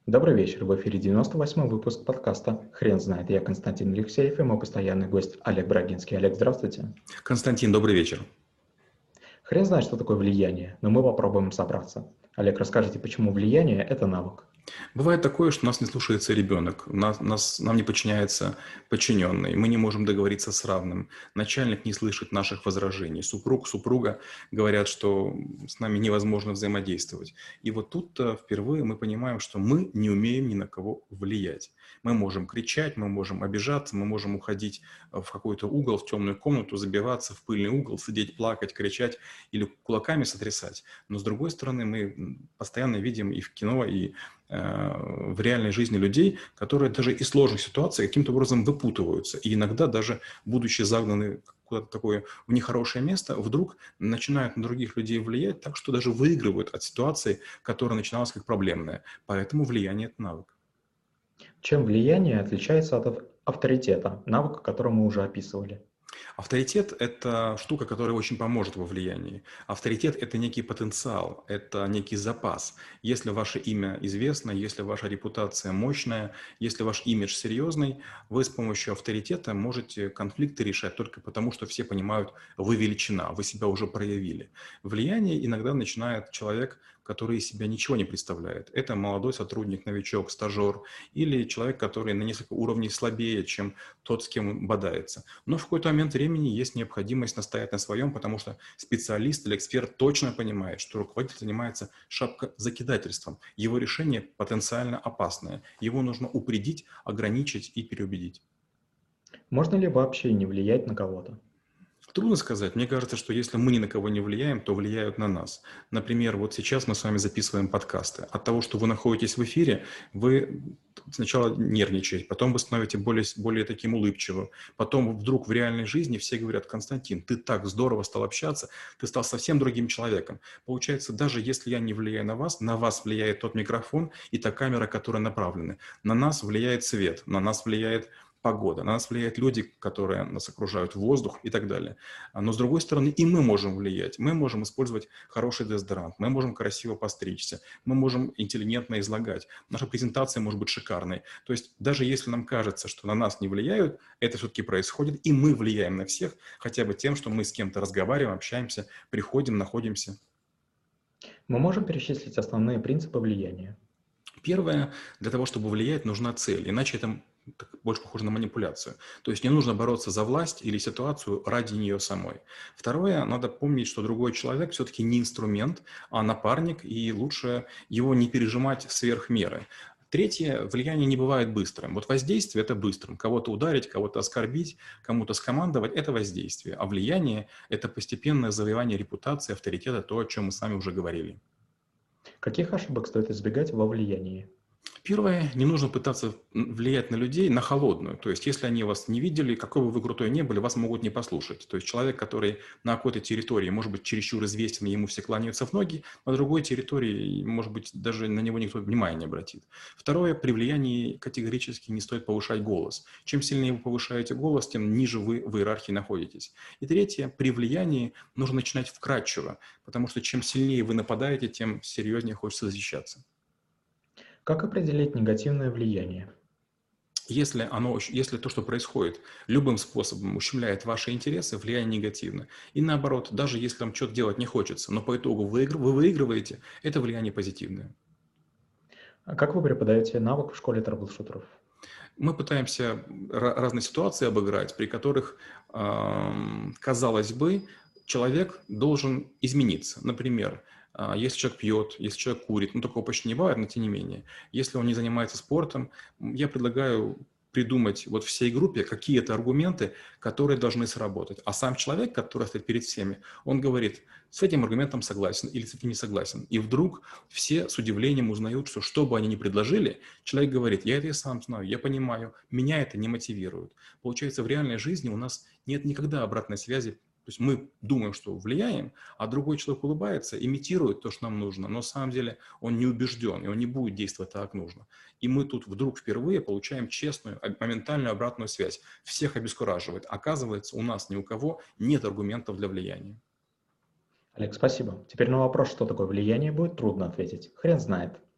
Добрый вечер, в эфире 98-й выпуск подкаста «Хрен знает». Я Константин Алексеев и мой постоянный гость Олег Брагинский. Олег, здравствуйте. Константин, добрый вечер. Хрен знает, что такое влияние, но мы попробуем собраться. Олег, расскажите, почему влияние – это навык? Бывает такое, что нас не слушается ребенок, нам не подчиняется подчиненный, мы не можем договориться с равным, начальник не слышит наших возражений, супруга говорят, что с нами невозможно взаимодействовать. И вот тут-то впервые мы понимаем, что мы не умеем ни на кого влиять. Мы можем кричать, мы можем обижаться, мы можем уходить в какой-то угол, в темную комнату, забиваться в пыльный угол, сидеть, плакать, кричать или кулаками сотрясать. Но с другой стороны, мы постоянно видим и в кино, и в реальной жизни людей, которые даже из сложных ситуаций каким-то образом выпутываются. И иногда даже, будучи загнаны куда-то такое в нехорошее место, вдруг начинают на других людей влиять так, что даже выигрывают от ситуации, которая начиналась как проблемная. Поэтому влияние – это навык. Чем влияние отличается от авторитета, навыка, который мы уже описывали? Авторитет – это штука, которая очень поможет во влиянии. Авторитет – это некий потенциал, это некий запас. Если ваше имя известно, если ваша репутация мощная, если ваш имидж серьезный, вы с помощью авторитета можете конфликты решать только потому, что все понимают, вы величина, вы себя уже проявили. Влияние иногда начинает человек, который из себя ничего не представляет. Это молодой сотрудник, новичок, стажер или человек, который на несколько уровней слабее, чем тот, с кем он бодается. Но в какой-то момент времени есть необходимость настоять на своем, потому что специалист или эксперт точно понимает, что руководитель занимается шапкозакидательством. Его решение потенциально опасное. Его нужно упредить, ограничить и переубедить. Можно ли вообще не влиять на кого-то? Трудно сказать. Мне кажется, что если мы ни на кого не влияем, то влияют на нас. Например, вот сейчас мы с вами записываем подкасты. От того, что вы находитесь в эфире, вы сначала нервничаете, потом вы становитесь более таким улыбчивым. Потом вдруг в реальной жизни все говорят: Константин, ты так здорово стал общаться, ты стал совсем другим человеком. Получается, даже если я не влияю на вас влияет тот микрофон и та камера, которая направлены. На нас влияет свет, на нас влияет погода, на нас влияют люди, которые нас окружают, воздух и так далее. Но с другой стороны, и мы можем влиять. Мы можем использовать хороший дезодорант, мы можем красиво постричься, мы можем интеллигентно излагать. Наша презентация может быть шикарной. То есть даже если нам кажется, что на нас не влияют, это все-таки происходит, и мы влияем на всех хотя бы тем, что мы с кем-то разговариваем, общаемся, приходим, находимся. Мы можем перечислить основные принципы влияния. Первое, для того, чтобы влиять, нужна цель, иначе это больше похоже на манипуляцию. То есть не нужно бороться за власть или ситуацию ради нее самой. Второе, надо помнить, что другой человек все-таки не инструмент, а напарник, и лучше его не пережимать сверх меры. Третье, влияние не бывает быстрым. Вот воздействие – это быстрым. Кого-то ударить, кого-то оскорбить, кому-то скомандовать – это воздействие. А влияние – это постепенное завоевание репутации, авторитета, то, о чем мы с вами уже говорили. Каких ошибок стоит избегать во влиянии? Первое, не нужно пытаться влиять на людей на холодную. То есть, если они вас не видели, какой бы вы крутой ни были, вас могут не послушать. То есть, человек, который на какой-то территории, может быть, чересчур известен, ему все кланяются в ноги, на другой территории, может быть, даже на него никто внимания не обратит. Второе, при влиянии категорически не стоит повышать голос. Чем сильнее вы повышаете голос, тем ниже вы в иерархии находитесь. И третье, при влиянии нужно начинать вкратчиво, потому что чем сильнее вы нападаете, тем серьезнее хочется защищаться. Как определить негативное влияние? Если то, что происходит, любым способом ущемляет ваши интересы, влияние негативно. И наоборот, даже если вам что-то делать не хочется, но по итогу вы выигрываете, это влияние позитивное. А как вы преподаете навык в школе трэблшутеров? Мы пытаемся разные ситуации обыграть, при которых, казалось бы, человек должен измениться. Например, если человек пьет, если человек курит, такого почти не бывает, но тем не менее. Если он не занимается спортом, я предлагаю придумать вот всей группе какие-то аргументы, которые должны сработать. А сам человек, который стоит перед всеми, он говорит: с этим аргументом согласен или с этим не согласен. И вдруг все с удивлением узнают, что бы они ни предложили, человек говорит: я это и сам знаю, я понимаю, меня это не мотивирует. Получается, в реальной жизни у нас нет никогда обратной связи. То есть мы думаем, что влияем, а другой человек улыбается, имитирует то, что нам нужно, но на самом деле он не убежден, и он не будет действовать так, как нужно. И мы тут вдруг впервые получаем честную, моментальную обратную связь. Всех обескураживает. Оказывается, у нас ни у кого нет аргументов для влияния. Олег, спасибо. Теперь на вопрос, что такое влияние, будет трудно ответить. Хрен знает.